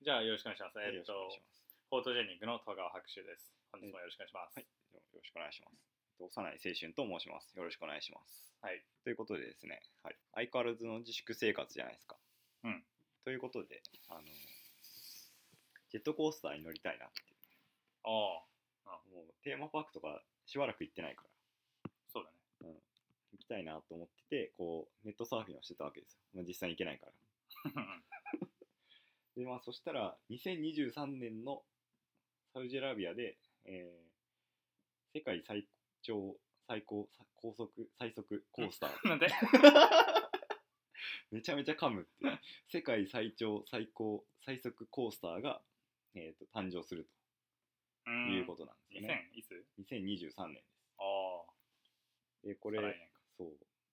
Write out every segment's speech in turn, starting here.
じゃあよろしくお願いします。 よろしくお願いします。 フォートジェニングの戸川博修です。本日もよろしくお願いします。 はい、よろしくお願いします。幼い青春と申します。よろしくお願いします。 はい。 ということでですね、はい、相変わらずの自粛生活じゃないですか。 うん。 ということで、ジェットコースターに乗りたいなっていう。 ああ。 もうテーマパークとかしばらく行ってないから。 そうだね。 行きたいなと思ってて、こうネットサーフィンをしてたわけですよ。まあ、実際に行けないから。でそしたら2023年のサウジアラビアで、世界最速コースターなんでめちゃめちゃ噛むって世界最速コースターが、誕生するということなんですよね。 いつ 2023年です。 ああ。 でこれそう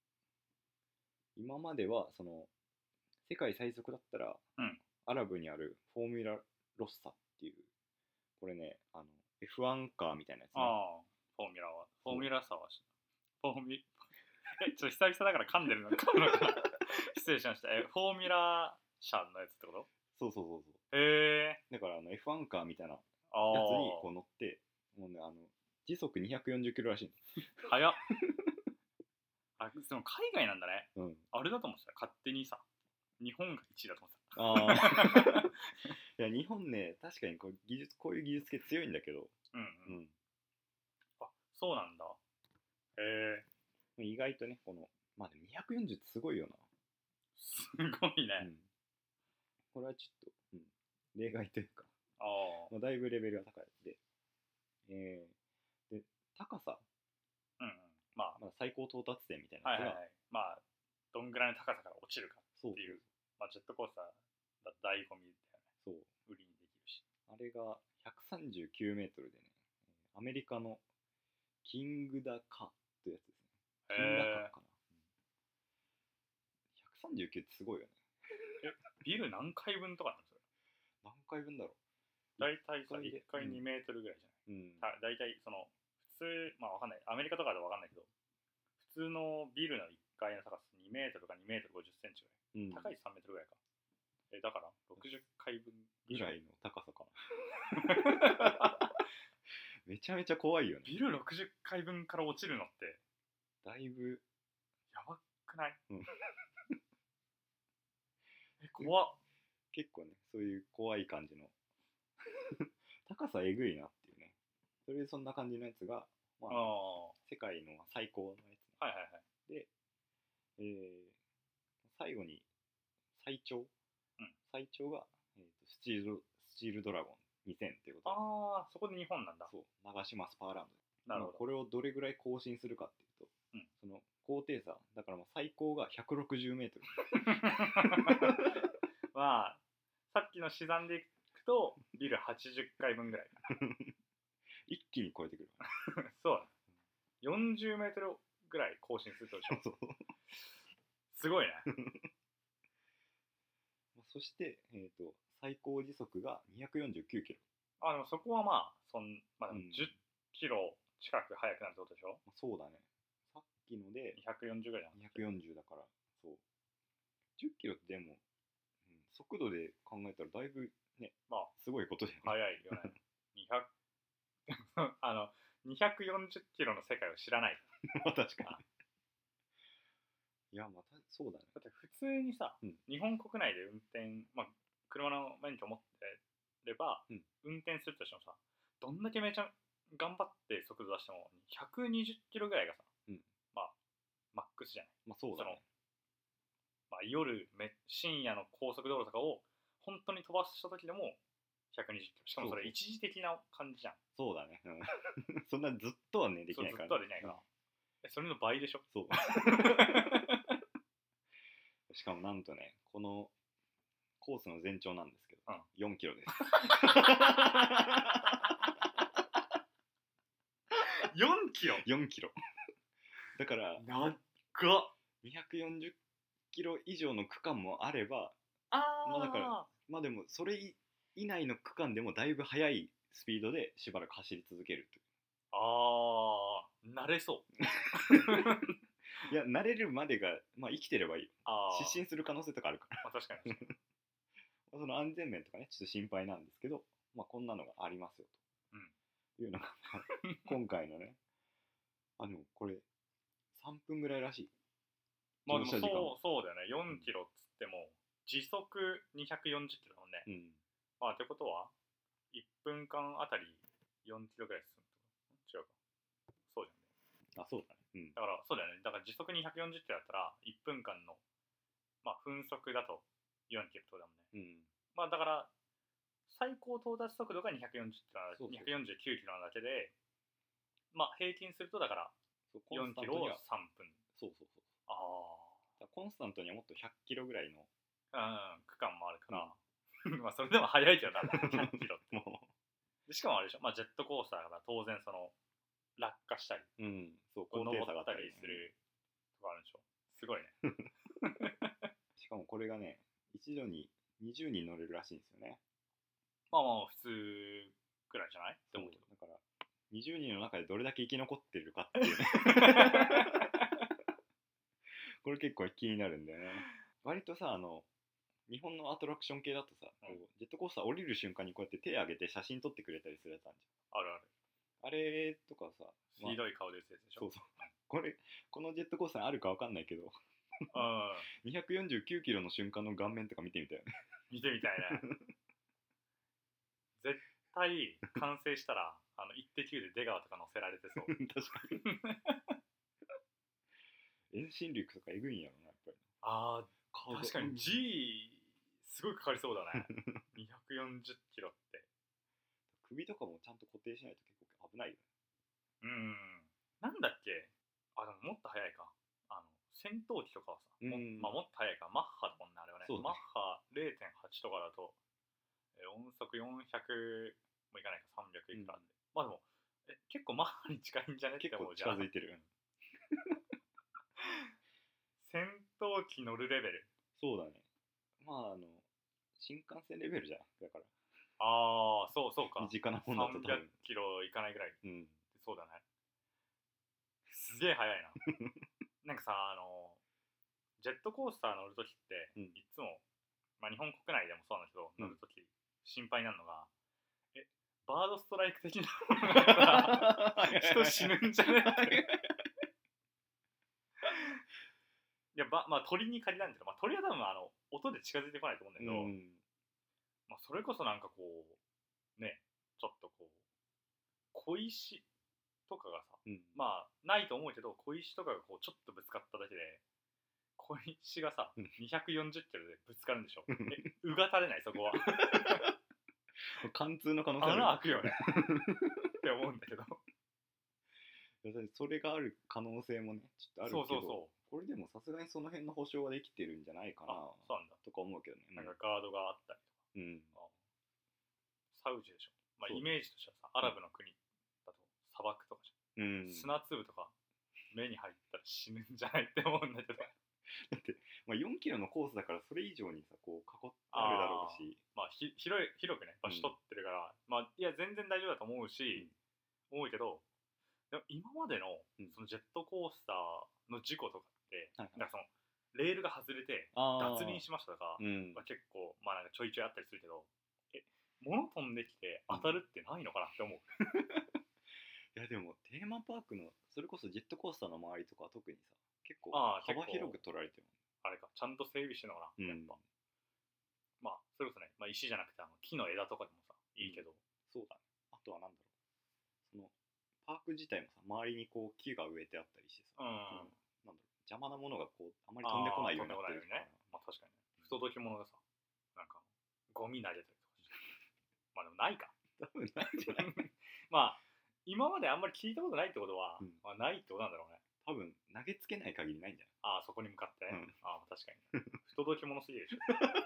今まではその世界最速だったら、アラブにあるフォーミュラロッサっていうこれねF1 カーみたいなやつ、ね、 ああ。フォーミュラサはちょっと久々だから噛んでるのかな失礼しました。フォーミュラ車のやつってこと？ そうへえ。 だからF1 カーみたいなやつににこう乗ってもうね時速240キロらしい早っあ、でも海外なんだね。 あれだと思ってた。勝手にさ日本が1位だと思ってた。いや日本ね確かにこういう技術系強いんだけど、 あ、そうなんだ。へえ。意外とねこのでも240ってすごいよな。 すごいね。 これはちょっと、例外というかだいぶレベルが高いで、で高さ、まあ最高到達点みたいなやつが、 まあどんぐらいの高さから落ちるかっていうジェットコースターだ醍醐味みたいなそう売りにできるし、 あれが139メートルでね、アメリカのキングダカというやつですね。キングダカかな。139ってすごいよね。 ビル何階分とかなんそれ？ 何階分だろう。 大体さ1階2メートルぐらいじゃない？大体その普通わかんない、アメリカとかではわかんないけど普通のビルの1階の高さ2メートルか2メートル50センチぐらい、高い3メートルぐらいか。だから60階分ぐらいの高さかな。めちゃめちゃ怖いよね。 ビル60階分から落ちるのってだいぶやばくない？怖っ。 結構ねそういう怖い感じの高さえぐいなっていうね。それでそんな感じのやつが、世界の最高のやつ、ね。で、最後に最長が、スチールドラゴン2000っていうことで。 そこで日本なんだ。 そう、長島スパーランド。 なるほど。 これをどれぐらい更新するかっていうと、その高低差だから最高が160メートル。 さっきの試算でいくとビル80階分ぐらい一気に超えてくる。 そう40メートルぐらい更新するとでしょ。すごいね。 そして、最高時速が249キロ。 でもそこは10キロ近く速くなるってことでしょ。 そうだね。さっきので 240ぐらいじゃん。 240だからそう10キロってでも、速度で考えたらだいぶね、すごいことだよね。 速いよね。240キロの世界を知らない。 確かに。いやそうだね。 だって普通にさ、日本国内で運転、車の免許を持ってれば、運転するとしてもさ、どんだけめちゃ頑張って速度出しても120キロぐらいがさ、マックスじゃない。 そうだね。 深夜の高速道路とかを本当に飛ばした時でも120キロ。しかもそれ一時的な感じじゃん。 そうだね。そんなずっとはねできないから。 ずっとはできないから。それの倍でしょ。 そう。しかもなんとねこのコースの全長なんですけど、4キロです。 4キロ ?4 キロ。だから長っ。 240キロ以上の区間もあれば、だからでもそれ以内の区間でもだいぶ速いスピードでしばらく走り続けるという。 慣れそう。 いや慣れるまでが生きてればいい。失神する可能性とかあるから。 確かに。 その安全面とかねちょっと心配なんですけど、まあ、こんなのがありますよというのが今回のねでもこれ3分ぐらいらしい。 まあでもそうだよね。4キロっつっても時速240キロだもんね。まあってことは1分間あたり4キロぐらい進むと違うか。そうじゃんね。 そうだね。 だからそうだよね。だから時速240キロだったら1分間のまあ分速だと4キロだもんね。まあだから最高到達速度が249キロなだけで、まあ平均するとだから4キロを3分。 そう。コンスタントにはもっと100キロぐらいの区間もあるから、まあそれでも速いけどな、100キロってでしかもあれでしょ、まあ、ジェットコースターだから当然その落下したり、 高低差があったりするとかあるでしょ。すごいね。 しかもこれがね一度に20人乗れるらしいんですよね。 まあ普通くらいじゃないって思うけど、 だから20人の中でどれだけ生き残ってるかっていうねこれ結構気になるんだよね。割とさ日本のアトラクション系だとさ、ジェットコースター降りる瞬間にこうやって手挙げて写真撮ってくれたりするやつあるじゃん。 ある。 あれとかさ、 ひどい顔で打つやつでしょ。 そうこのジェットコースターあるか分かんないけど249キロの瞬間の顔面とか見てみたいよね。 見てみたいね。絶対完成したらイッテ Q で出川とか乗せられてそう。 確かに遠心力とかえぐいんやろな、やっぱり。 確かに G すごいかかりそうだね。240キロって首とかもちゃんと固定しないと結構危ないよね。 なんだっけ、でももっと速いか。戦闘機とかはさ、まあもっと速いか、マッハだもんね、あれはね。マッハ 0.8 とかだと、音速400もいかないか、300いくらで。まあでも、結構マッハに近いんじゃねって思うじゃん。 結構近づいてる。 戦闘機乗るレベル。 そうだね。まあ新幹線レベルじゃん。だから。 そうか。 身近なもんだと多分 300キロいかないぐらい。そうだね。すげえ速いな。なんかさ、ジェットコースター乗るときって、いつも、まあ日本国内でもそうなんだけど、乗るとき心配になるのが、バードストライク的なものがあったら人死ぬんじゃねいやまあ鳥に仮なんだけど、まあ、鳥は多分音で近づいてこないと思うんだけど、まあ、それこそなんかこうねちょっとこう小石とかがさ、まあないと思うけど小石とかがこうちょっとぶつかっただけで小石がさ、240キロでぶつかるんでしょ。うがたれないそこは。 貫通の可能性穴開くよねって思うんだけどそれがある可能性もねちょっとあるけど、これでもさすがにその辺の保証はできてるんじゃないかなとか思うけどね。 なんかガードがあったりとか、サウジでしょ。まあイメージとしてはさ、アラブの国だと砂漠とかじゃん、砂粒とか目に入ったら死ぬんじゃないって思うんだけどだって、まあ、4キロのコースだからそれ以上にさこう囲ってあるだろうし、 まあ広くね場所取ってるから、まあいや全然大丈夫だと思うし、思うけど、でも今までのそのジェットコースターの事故とかって、なんかそのレールが外れて脱輪しましたとか、結構まあなんかちょいちょいあったりするけど、物飛んできて当たるってないのかなって思う。 いやでもテーマパークのそれこそジェットコースターの周りとかは特にさ結構幅広く取られてる。 あれかちゃんと整備してるのかな、やっぱ。まあそれこそね、まあ、石じゃなくて木の枝とかでもさいいけど、 そうだね。あとはなんだろう、そのパーク自体もさ周りにこう木が植えてあったりしてさ、なんだろう邪魔なものがこうあまり飛んでこないようになってるね。まあ確かにね、不届き者がさなんかゴミ投げたりとかしてまあでもないか多分ないんじゃないまあ今まであんまり聞いたことないってことは、まあ、ないってことなんだろうね。 多分投げつけない限りないんじゃない。 そこに向かってね、確かに、ね、不届き者すぎるでしょ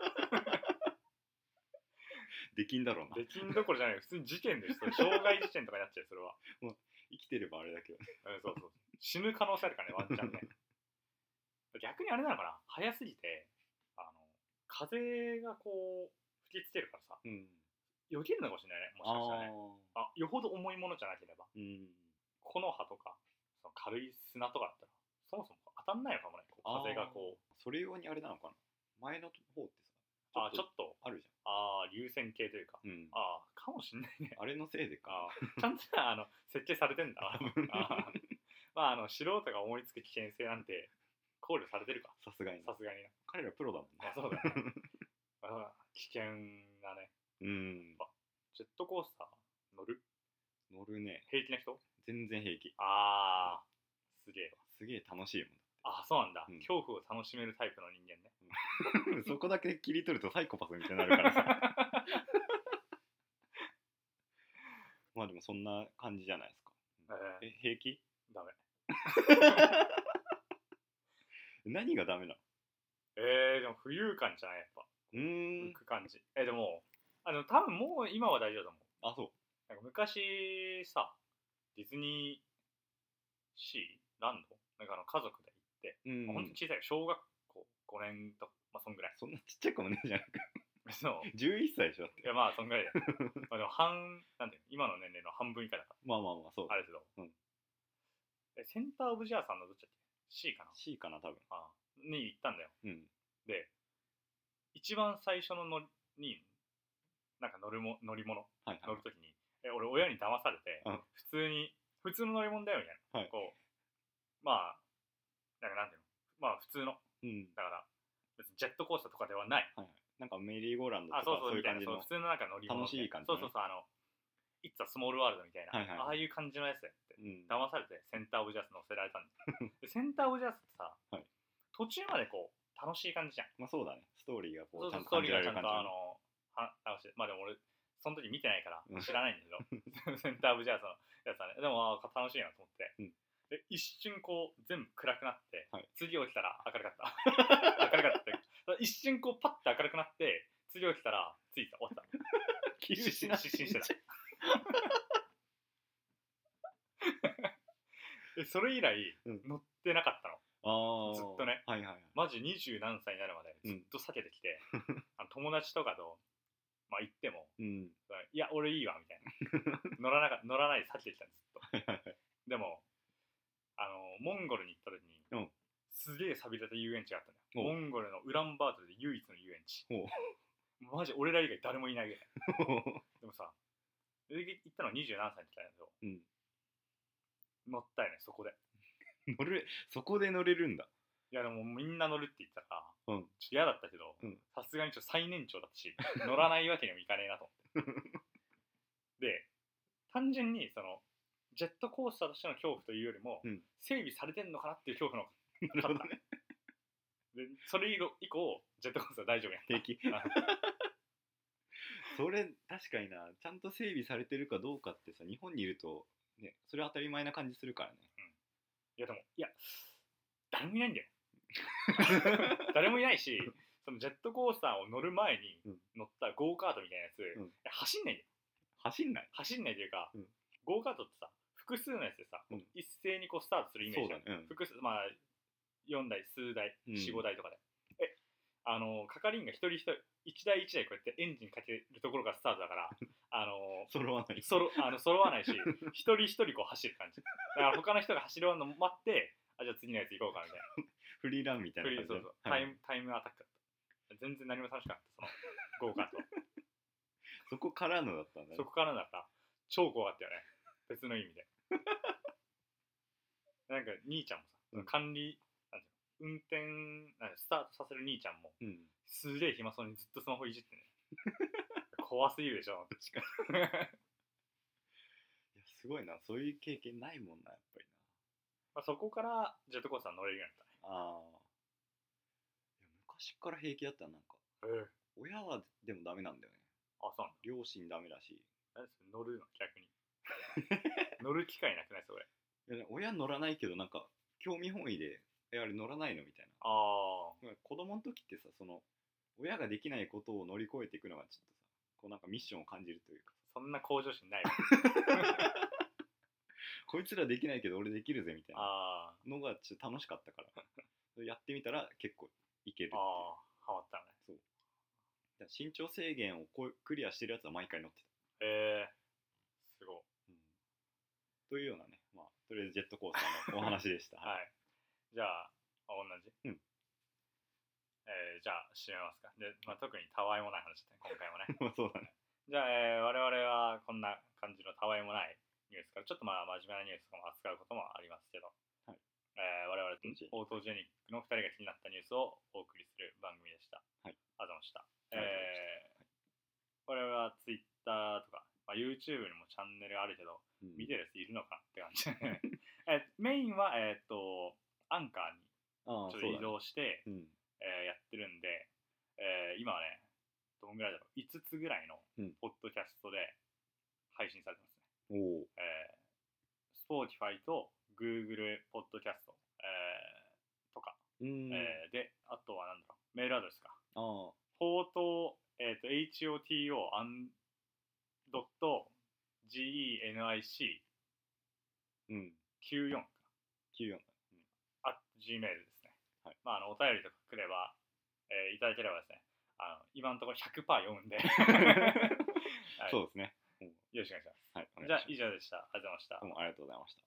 できんだろうな。 できんどころじゃない、普通に事件です。傷害事件とかになっちゃう。それはもう生きてればあれだけどね。 そう死ぬ可能性あるからね、ワンチャンね逆にあれなのかな、早すぎて風がこう吹きつけるからさ、避けるのかもしれないね、もしかしたらね。よほど重いものじゃなければ、木の葉とかその軽い砂とかだったらそもそも当たんないのかもね、風がこう。 それ用にあれなのかな、前の方ってさちょっとあるじ流線形というか、 ゃん。うん。 かもしんないね。 あれのせいでか。 ちゃんと設計されてんだわ。素人が思いつく危険性なんて考慮されてるか。 さすがに。 さすがにな。 彼らプロだもんね。 そうだね。危険なね。 うん。 ジェットコースター乗るね。 平気な人？ 全然平気。 すげえわ。 すげえ楽しいもん。 そうなんだ。恐怖を楽しめるタイプの人間ね。 そこだけ切り取るとサイコパスみたいになるからさ。まあでもそんな感じじゃないですか。平気？ ダメ。 何がダメなの？ でも浮遊感じゃないやっぱ。浮く感じ。でも多分もう今は大丈夫だもん。 そう。 なんか昔さ、ディズニーシーランドなんか家族で行って、ほんと小さい小学校5年とか、そんぐらい。 そんなちっちゃい子もねえじゃんか。 そう。 11歳でしょって。 いやそんぐらいだよ。でもなんていう今の年齢の半分以下だから。 そう。 あれですけど。センターオブジェアさんのどっちだっけ？ C かな？ C かな多分。 に行ったんだよ。で、一番最初のなんか乗る物、乗るときに、俺親に騙されて、普通の乗り物だよみたいな。こう、なんていうの？普通の。だから、別にジェットコースターとかではない。 なんかメリーゴーランドとかそういう感じの。 普通のなんか乗り物。 楽しい感じ。 そうIt's a Small World みたいな、ああいう感じのやつだよって、騙されてセンターオブジャス乗せられたんでセンターオブジャスってさ、途中までこう楽しい感じじゃん。 そうだね。ストーリーがこうちゃんと感じられる感じ。でも俺その時見てないから知らないんだけどセンターオブジャスのやつはね、でも楽しいなと思って、で一瞬こう全部暗くなって、次起きたら明るかった明るかったって一瞬こうパッて明るくなって次起きたらついた終わった失神してたそれ以来、乗ってなかったの。ずっとね。マジ20何歳になるまでずっと避けてきて、友達とかと、行っても、いや、俺いいわ、みたいな。乗らないで避けてきたんです、ずっと。でも、モンゴルに行った時に、すげえ寂れた遊園地があったんだよ。モンゴルのウランバートルで唯一の遊園地。マジ俺ら以外誰もいないぐらい。でもさ、行ったのは20何歳の時なんだけど、乗ったよね、そこで。 そこで乗れるんだ。 いやでもみんな乗るって言ったから、ちょっと嫌だったけど、さすがにちょっと最年長だったし、乗らないわけにもいかねえなと思って。で、単純にジェットコースターとしての恐怖というよりも、整備されてんのかなっていう恐怖の勝った。で、それ以降、ジェットコースター大丈夫やった。 平気。それ確かにな、ちゃんと整備されてるかどうかってさ、日本にいるとね、それは当たり前な感じするからね。 いやでも、誰もいないんだよ。誰もいないし、そのジェットコースターを乗る前に乗ったゴーカートみたいなやつ、走んないんだよ。 走んないというか、ゴーカートってさ、複数のやつでさ、一斉にこうスタートするイメージだよ。複数、4台、数台、4、5台とかで。係員が一人一台一台こうやってエンジンかけるところがスタートだから、 揃わないし、一人一人こう走る感じ。だから他の人が走るの待って、じゃあ次のやつ行こうかみたいな。 フリーランみたいな感じ。 そうタイムアタックだった。全然何も楽しかった、そのゴーカート。 そこからのだったんだね。 そこからだった。超怖かったよね。別の意味で。なんか兄ちゃんもさ、管理、運転スタートさせる兄ちゃんも、すげえ暇そうにずっとスマホいじってね。怖すぎるでしょ。 確かに。いやすごいな、そういう経験ないもんな、やっぱりな。そこからジェットコースター乗れるようになったね。 いや昔から平気だったらなんか、親はでもダメなんだよね。 そうなんだ。 両親ダメだし。 乗るの逆に。乗る機会なくないそれ。 いや親乗らないけどなんか興味本位であれ乗らないのみたいな。子供の時ってさ、親ができないことを乗り越えていくのがちょっとさ、こうなんかミッションを感じるというか。 そんな向上心ないわ。 こいつらできないけど俺できるぜみたいなのがちょっと楽しかったからやってみたら結構いけるっていう。 ハマったね。 そう。身長制限をクリアしてるやつは毎回乗ってた。 すごい。 というようなね、とりあえずジェットコースターのお話でした。 はい。じゃあ、同じ。 じゃあ締めますか。で、特にたわいもない話で今回もね。 そうだね。 じゃあ、我々はこんな感じのたわいもないニュースからちょっと真面目なニュースとかも扱うこともありますけど、はい、我々とオートジェニックの2人が気になったニュースをお送りする番組でした。はい、あざました。我々は Twitter とか、YouTube にもチャンネルあるけど、見てるやついるのかなって感じメインは、アンカーにちょっと移動して、やってるんで、今はね、どんぐらいだろう、5つぐらいのポッドキャストで配信されてますね。Spotify と Google ポッドキャスト、とか、で、あとはなんだろう、メールアドレスか。ほうとう、hoto.genic94 Gmail ですね。はい、お便りとかくれば、いただければですね、今のところ 100% 読むんではい、 そうですね。 よろしくお願いします。 はい、 じゃあ以上でした。ありがとうございました。 どうもありがとうございました。